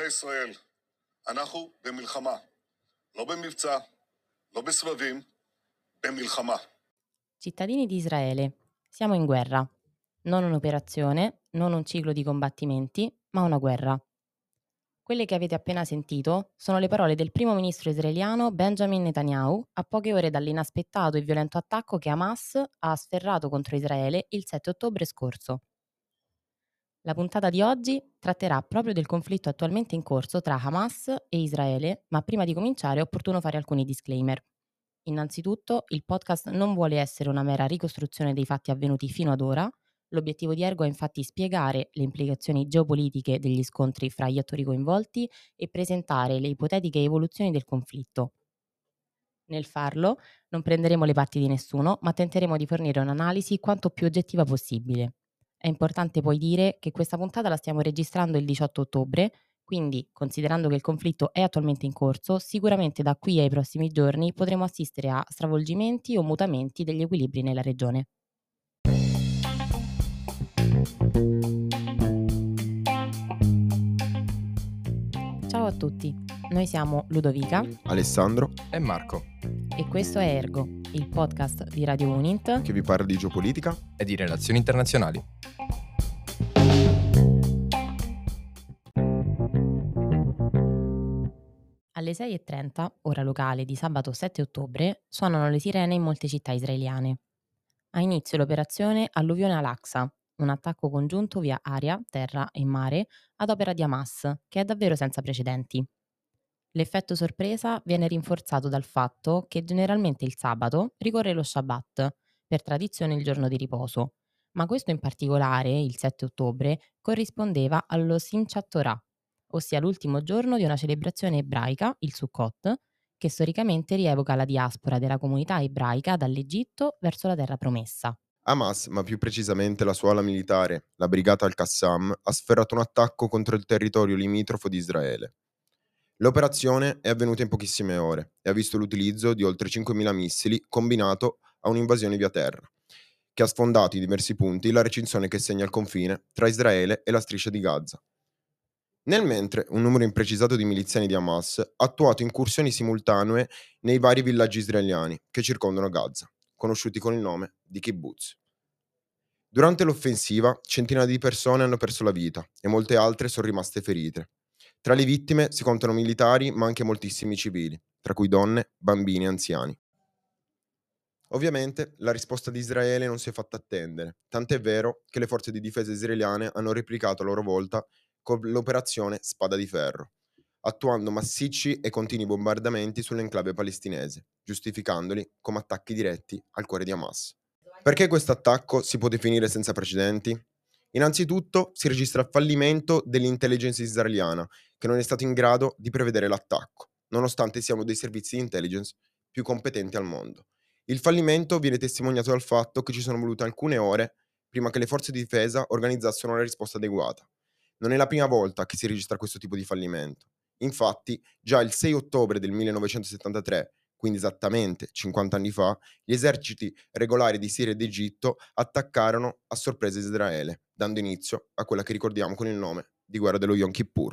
ישראל, אנחנו במלחמה. לא במבצע, לא בסבבים, במלחמה. Cittadini di Israele, siamo in guerra. Non un'operazione, non un ciclo di combattimenti, ma una guerra. Quelle che avete appena sentito sono le parole del primo ministro israeliano Benjamin Netanyahu a poche ore dall'inaspettato e violento attacco che Hamas ha sferrato contro Israele il 7 ottobre scorso. La puntata di oggi tratterà proprio del conflitto attualmente in corso tra Hamas e Israele, ma prima di cominciare è opportuno fare alcuni disclaimer. Innanzitutto, il podcast non vuole essere una mera ricostruzione dei fatti avvenuti fino ad ora. L'obiettivo di Ergo è infatti spiegare le implicazioni geopolitiche degli scontri fra gli attori coinvolti e presentare le ipotetiche evoluzioni del conflitto. Nel farlo, non prenderemo le parti di nessuno, ma tenteremo di fornire un'analisi quanto più oggettiva possibile. È importante poi dire che questa puntata la stiamo registrando il 18 ottobre, quindi, considerando che il conflitto è attualmente in corso, sicuramente da qui ai prossimi giorni potremo assistere a stravolgimenti o mutamenti degli equilibri nella regione. Ciao a tutti, noi siamo Ludovica, Alessandro e Marco, e questo è Ergo, il podcast di Radio Unint che vi parla di geopolitica e di relazioni internazionali. Alle 6:30, ora locale di sabato 7 ottobre, suonano le sirene in molte città israeliane. Ha inizio l'operazione Alluvione Al-Aqsa, un attacco congiunto via aria, terra e mare ad opera di Hamas, che è davvero senza precedenti. L'effetto sorpresa viene rinforzato dal fatto che generalmente il sabato ricorre lo Shabbat, per tradizione il giorno di riposo, ma questo in particolare, il 7 ottobre, corrispondeva allo Simchat Torah, ossia l'ultimo giorno di una celebrazione ebraica, il Sukkot, che storicamente rievoca la diaspora della comunità ebraica dall'Egitto verso la terra promessa. Hamas, ma più precisamente la sua ala militare, la Brigata Al-Qassam, ha sferrato un attacco contro il territorio limitrofo di Israele. L'operazione è avvenuta in pochissime ore e ha visto l'utilizzo di oltre 5.000 missili combinato a un'invasione via terra, che ha sfondato in diversi punti la recinzione che segna il confine tra Israele e la striscia di Gaza. Nel mentre, un numero imprecisato di miliziani di Hamas ha attuato incursioni simultanee nei vari villaggi israeliani che circondano Gaza, conosciuti con il nome di kibbutz. Durante l'offensiva, centinaia di persone hanno perso la vita e molte altre sono rimaste ferite. Tra le vittime si contano militari, ma anche moltissimi civili, tra cui donne, bambini e anziani. Ovviamente la risposta di Israele non si è fatta attendere, tant'è vero che le forze di difesa israeliane hanno replicato a loro volta con l'operazione Spada di Ferro, attuando massicci e continui bombardamenti sull'enclave palestinese, giustificandoli come attacchi diretti al cuore di Hamas. Perché questo attacco si può definire senza precedenti? Innanzitutto si registra il fallimento dell'intelligence israeliana, che non è stato in grado di prevedere l'attacco, nonostante sia uno dei servizi di intelligence più competenti al mondo. Il fallimento viene testimoniato dal fatto che ci sono volute alcune ore prima che le forze di difesa organizzassero una risposta adeguata. Non è la prima volta che si registra questo tipo di fallimento. Infatti, già il 6 ottobre del 1973, quindi esattamente 50 anni fa, gli eserciti regolari di Siria ed Egitto attaccarono a sorpresa Israele, dando inizio a quella che ricordiamo con il nome di guerra dello Yom Kippur.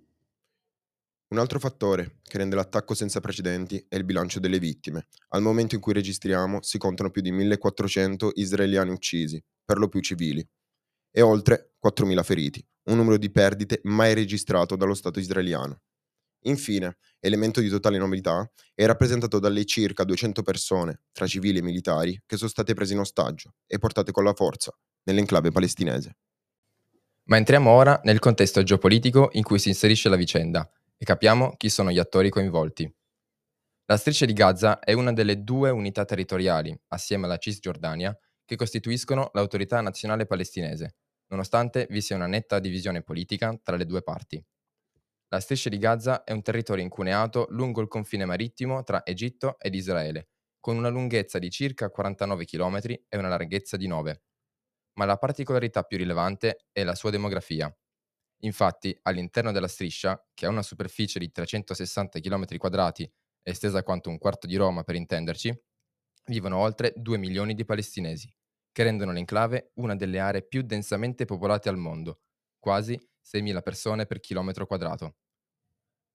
Un altro fattore che rende l'attacco senza precedenti è il bilancio delle vittime. Al momento in cui registriamo si contano più di 1400 israeliani uccisi, per lo più civili, e oltre 4000 feriti, un numero di perdite mai registrato dallo Stato israeliano. Infine, elemento di totale novità, è rappresentato dalle circa 200 persone, tra civili e militari, che sono state prese in ostaggio e portate con la forza nell'enclave palestinese. Ma entriamo ora nel contesto geopolitico in cui si inserisce la vicenda e capiamo chi sono gli attori coinvolti. La striscia di Gaza è una delle due unità territoriali, assieme alla Cisgiordania, che costituiscono l'autorità nazionale palestinese, nonostante vi sia una netta divisione politica tra le due parti. La striscia di Gaza è un territorio incuneato lungo il confine marittimo tra Egitto ed Israele, con una lunghezza di circa 49 km e una larghezza di 9. Ma la particolarità più rilevante è la sua demografia. Infatti, all'interno della striscia, che ha una superficie di 360 km² estesa quanto un quarto di Roma per intenderci, vivono oltre 2 milioni di palestinesi, che rendono l'enclave una delle aree più densamente popolate al mondo, quasi 6.000 persone per chilometro quadrato.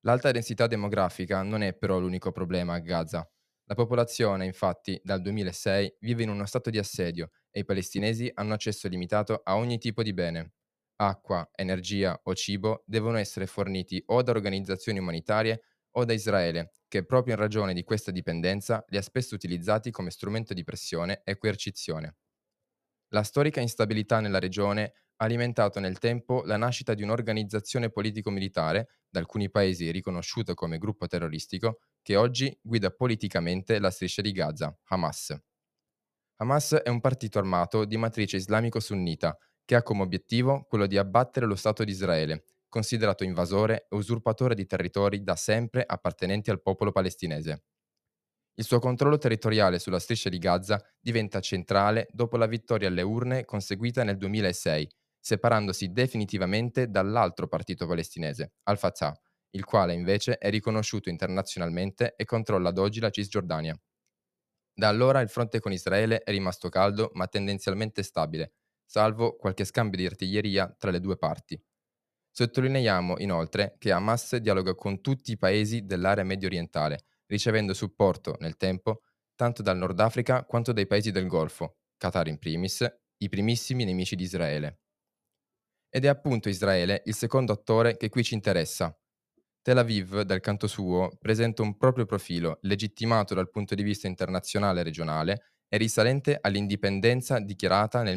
L'alta densità demografica non è però l'unico problema a Gaza. La popolazione, infatti, dal 2006 vive in uno stato di assedio e i palestinesi hanno accesso limitato a ogni tipo di bene. Acqua, energia o cibo devono essere forniti o da organizzazioni umanitarie o da Israele, che proprio in ragione di questa dipendenza li ha spesso utilizzati come strumento di pressione e coercizione. La storica instabilità nella regione ha alimentato nel tempo la nascita di un'organizzazione politico-militare, da alcuni paesi riconosciuta come gruppo terroristico, che oggi guida politicamente la striscia di Gaza, Hamas. Hamas è un partito armato di matrice islamico-sunnita che ha come obiettivo quello di abbattere lo Stato di Israele, considerato invasore e usurpatore di territori da sempre appartenenti al popolo palestinese. Il suo controllo territoriale sulla striscia di Gaza diventa centrale dopo la vittoria alle urne conseguita nel 2006, separandosi definitivamente dall'altro partito palestinese, Al-Fatah, il quale invece è riconosciuto internazionalmente e controlla ad oggi la Cisgiordania. Da allora il fronte con Israele è rimasto caldo ma tendenzialmente stabile, salvo qualche scambio di artiglieria tra le due parti. Sottolineiamo inoltre che Hamas dialoga con tutti i paesi dell'area medio orientale, ricevendo supporto nel tempo tanto dal Nord Africa quanto dai paesi del Golfo, Qatar in primis, i primissimi nemici di Israele. Ed è appunto Israele il secondo attore che qui ci interessa. Tel Aviv, dal canto suo, presenta un proprio profilo, legittimato dal punto di vista internazionale e regionale e risalente all'indipendenza dichiarata nel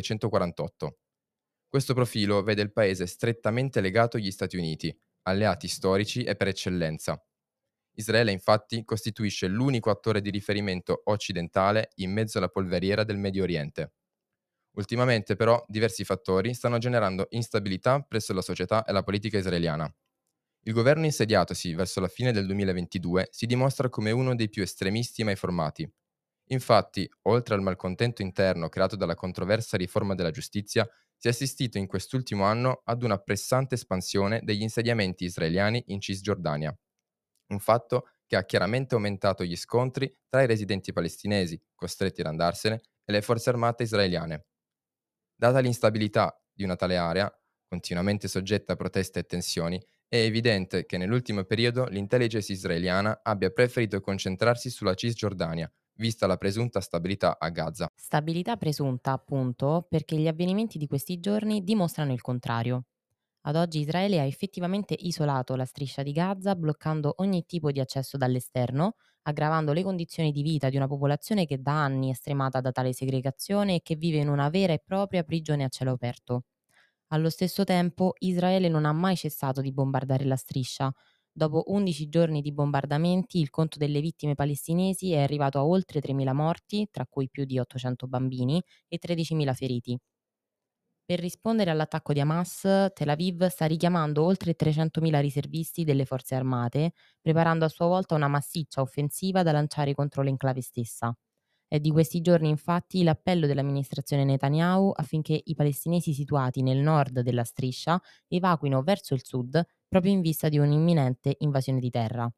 1948. Questo profilo vede il paese strettamente legato agli Stati Uniti, alleati storici e per eccellenza. Israele infatti costituisce l'unico attore di riferimento occidentale in mezzo alla polveriera del Medio Oriente. Ultimamente però diversi fattori stanno generando instabilità presso la società e la politica israeliana. Il governo insediatosi verso la fine del 2022 si dimostra come uno dei più estremisti mai formati. Infatti, oltre al malcontento interno creato dalla controversa riforma della giustizia, si è assistito in quest'ultimo anno ad una pressante espansione degli insediamenti israeliani in Cisgiordania, un fatto che ha chiaramente aumentato gli scontri tra i residenti palestinesi, costretti ad andarsene, e le forze armate israeliane. Data l'instabilità di una tale area, continuamente soggetta a proteste e tensioni, è evidente che nell'ultimo periodo l'intelligence israeliana abbia preferito concentrarsi sulla Cisgiordania, vista la presunta stabilità a Gaza. Stabilità presunta, appunto, perché gli avvenimenti di questi giorni dimostrano il contrario. Ad oggi Israele ha effettivamente isolato la striscia di Gaza, bloccando ogni tipo di accesso dall'esterno, aggravando le condizioni di vita di una popolazione che da anni è stremata da tale segregazione e che vive in una vera e propria prigione a cielo aperto. Allo stesso tempo, Israele non ha mai cessato di bombardare la striscia. Dopo 11 giorni di bombardamenti, il conto delle vittime palestinesi è arrivato a oltre 3.000 morti, tra cui più di 800 bambini, e 13.000 feriti. Per rispondere all'attacco di Hamas, Tel Aviv sta richiamando oltre 300.000 riservisti delle forze armate, preparando a sua volta una massiccia offensiva da lanciare contro l'enclave stessa. È di questi giorni infatti l'appello dell'amministrazione Netanyahu affinché i palestinesi situati nel nord della striscia evacuino verso il sud proprio in vista di un'imminente invasione di terra.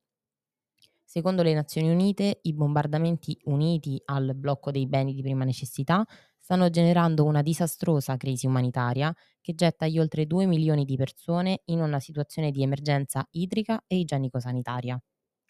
Secondo le Nazioni Unite, i bombardamenti uniti al blocco dei beni di prima necessità stanno generando una disastrosa crisi umanitaria che getta gli oltre 2 milioni di persone in una situazione di emergenza idrica e igienico-sanitaria.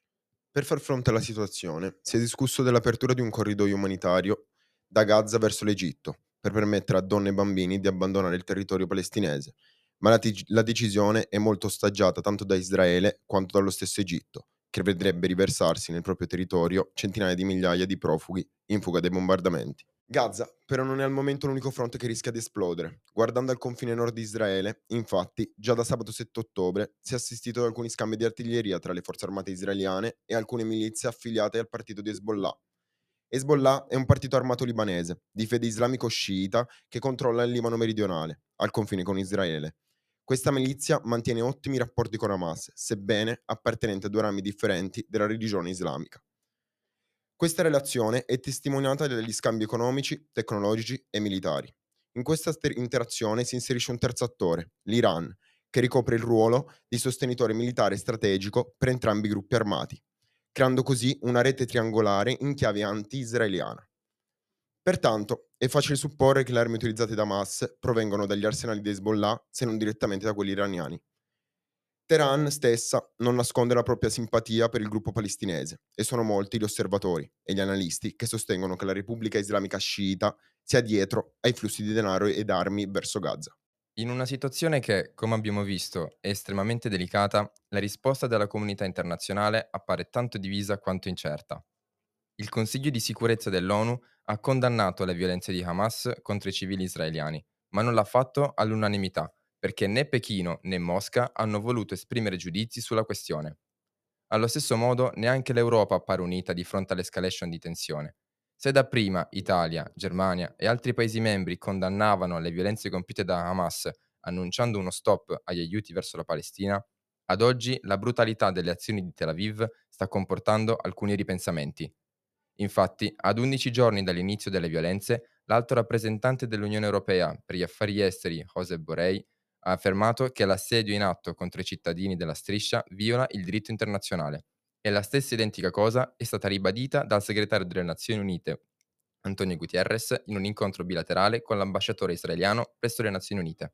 Per far fronte alla situazione, si è discusso dell'apertura di un corridoio umanitario da Gaza verso l'Egitto, per permettere a donne e bambini di abbandonare il territorio palestinese, ma la decisione è molto ostaggiata tanto da Israele quanto dallo stesso Egitto, che vedrebbe riversarsi nel proprio territorio centinaia di migliaia di profughi in fuga dai bombardamenti. Gaza però non è al momento l'unico fronte che rischia di esplodere. Guardando al confine nord di Israele, infatti, già da sabato 7 ottobre si è assistito ad alcuni scambi di artiglieria tra le forze armate israeliane e alcune milizie affiliate al partito di Hezbollah. Hezbollah è un partito armato libanese, di fede islamico sciita, che controlla il Libano meridionale, al confine con Israele. Questa milizia mantiene ottimi rapporti con Hamas, sebbene appartenente a due rami differenti della religione islamica. Questa relazione è testimoniata dagli scambi economici, tecnologici e militari. In questa interazione si inserisce un terzo attore, l'Iran, che ricopre il ruolo di sostenitore militare strategico per entrambi i gruppi armati, creando così una rete triangolare in chiave anti-israeliana. Pertanto, è facile supporre che le armi utilizzate da Hamas provengono dagli arsenali di Hezbollah, se non direttamente da quelli iraniani. Teheran stessa non nasconde la propria simpatia per il gruppo palestinese e sono molti gli osservatori e gli analisti che sostengono che la Repubblica Islamica Sciita sia dietro ai flussi di denaro ed armi verso Gaza. In una situazione che, come abbiamo visto, è estremamente delicata, la risposta della comunità internazionale appare tanto divisa quanto incerta. Il Consiglio di sicurezza dell'ONU ha condannato le violenze di Hamas contro i civili israeliani, ma non l'ha fatto all'unanimità, perché né Pechino né Mosca hanno voluto esprimere giudizi sulla questione. Allo stesso modo, neanche l'Europa appare unita di fronte all'escalation di tensione. Se dapprima Italia, Germania e altri Paesi membri condannavano le violenze compiute da Hamas, annunciando uno stop agli aiuti verso la Palestina, ad oggi la brutalità delle azioni di Tel Aviv sta comportando alcuni ripensamenti. Infatti, ad 11 giorni dall'inizio delle violenze, l'alto rappresentante dell'Unione Europea per gli affari esteri, Josep Borrell, ha affermato che l'assedio in atto contro i cittadini della striscia viola il diritto internazionale e la stessa identica cosa è stata ribadita dal segretario delle Nazioni Unite, Antonio Guterres, in un incontro bilaterale con l'ambasciatore israeliano presso le Nazioni Unite.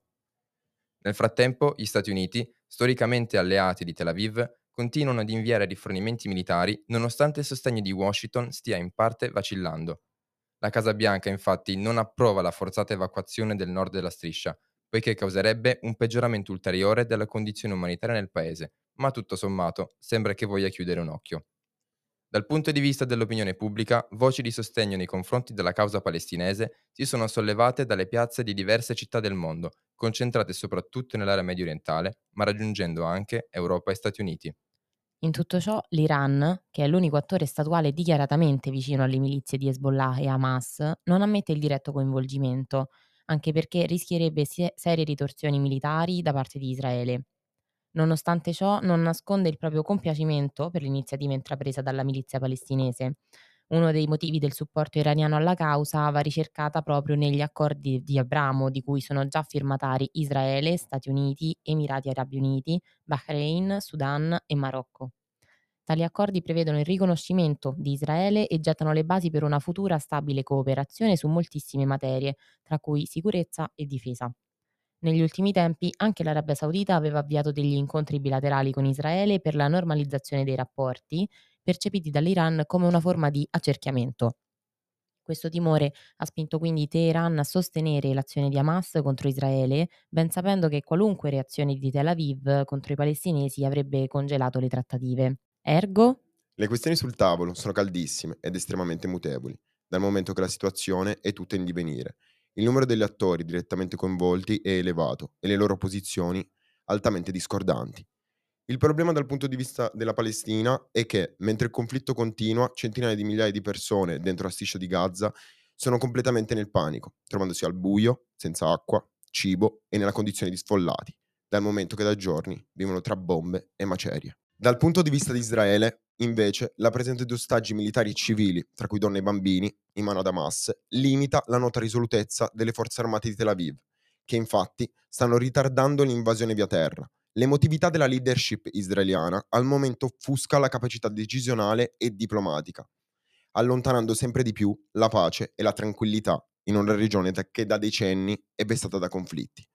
Nel frattempo, gli Stati Uniti, storicamente alleati di Tel Aviv, continuano ad inviare rifornimenti militari nonostante il sostegno di Washington stia in parte vacillando. La Casa Bianca infatti non approva la forzata evacuazione del nord della striscia, poiché causerebbe un peggioramento ulteriore della condizione umanitaria nel paese, ma tutto sommato sembra che voglia chiudere un occhio. Dal punto di vista dell'opinione pubblica, voci di sostegno nei confronti della causa palestinese si sono sollevate dalle piazze di diverse città del mondo, concentrate soprattutto nell'area mediorientale, ma raggiungendo anche Europa e Stati Uniti. In tutto ciò, l'Iran, che è l'unico attore statuale dichiaratamente vicino alle milizie di Hezbollah e Hamas, non ammette il diretto coinvolgimento, anche perché rischierebbe serie ritorsioni militari da parte di Israele. Nonostante ciò, non nasconde il proprio compiacimento per l'iniziativa intrapresa dalla milizia palestinese. Uno dei motivi del supporto iraniano alla causa va ricercata proprio negli accordi di Abramo, di cui sono già firmatari Israele, Stati Uniti, Emirati Arabi Uniti, Bahrain, Sudan e Marocco. Tali accordi prevedono il riconoscimento di Israele e gettano le basi per una futura stabile cooperazione su moltissime materie, tra cui sicurezza e difesa. Negli ultimi tempi anche l'Arabia Saudita aveva avviato degli incontri bilaterali con Israele per la normalizzazione dei rapporti, percepiti dall'Iran come una forma di accerchiamento. Questo timore ha spinto quindi Teheran a sostenere l'azione di Hamas contro Israele, ben sapendo che qualunque reazione di Tel Aviv contro i palestinesi avrebbe congelato le trattative. Ergo, Le questioni sul tavolo sono caldissime ed estremamente mutevoli, dal momento che la situazione è tutta in divenire. Il numero degli attori direttamente coinvolti è elevato e le loro posizioni altamente discordanti. Il problema dal punto di vista della Palestina è che, mentre il conflitto continua, centinaia di migliaia di persone dentro la striscia di Gaza sono completamente nel panico, trovandosi al buio, senza acqua, cibo e nella condizione di sfollati, dal momento che da giorni vivono tra bombe e macerie. Dal punto di vista di Israele, invece, la presenza di ostaggi militari e civili, tra cui donne e bambini, in mano ad Hamas, limita la nota risolutezza delle forze armate di Tel Aviv, che infatti stanno ritardando l'invasione via terra. L'emotività della leadership israeliana al momento offusca la capacità decisionale e diplomatica, allontanando sempre di più la pace e la tranquillità in una regione che da decenni è vessata da conflitti.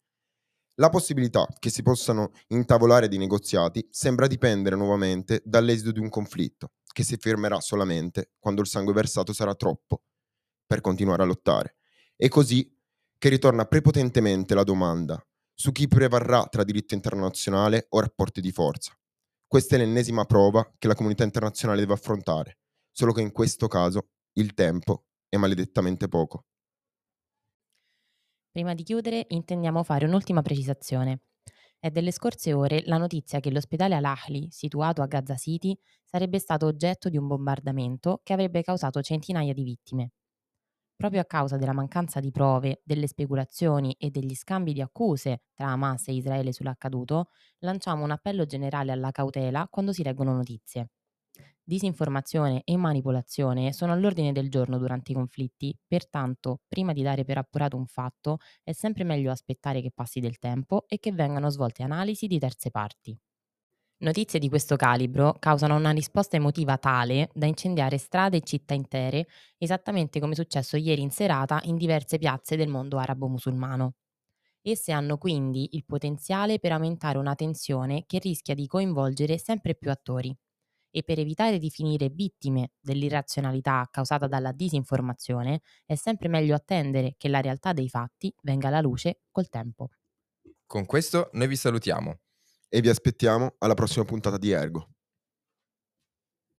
La possibilità che si possano intavolare dei negoziati sembra dipendere nuovamente dall'esito di un conflitto, che si fermerà solamente quando il sangue versato sarà troppo per continuare a lottare. È così che ritorna prepotentemente la domanda su chi prevarrà tra diritto internazionale o rapporti di forza. Questa è l'ennesima prova che la comunità internazionale deve affrontare, solo che in questo caso il tempo è maledettamente poco. prima di chiudere, intendiamo fare un'ultima precisazione. È delle scorse ore la notizia che l'ospedale Al-Ahli, situato a Gaza City, sarebbe stato oggetto di un bombardamento che avrebbe causato centinaia di vittime. Proprio a causa della mancanza di prove, delle speculazioni e degli scambi di accuse tra Hamas e Israele sull'accaduto, lanciamo un appello generale alla cautela quando si leggono notizie. Disinformazione e manipolazione sono all'ordine del giorno durante i conflitti, pertanto, prima di dare per appurato un fatto, è sempre meglio aspettare che passi del tempo e che vengano svolte analisi di terze parti. Notizie di questo calibro causano una risposta emotiva tale da incendiare strade e città intere, esattamente come è successo ieri in serata in diverse piazze del mondo arabo-musulmano. Esse hanno quindi il potenziale per aumentare una tensione che rischia di coinvolgere sempre più attori. E per evitare di finire vittime dell'irrazionalità causata dalla disinformazione, è sempre meglio attendere che la realtà dei fatti venga alla luce col tempo. Con questo noi vi salutiamo. E vi aspettiamo alla prossima puntata di Ergo.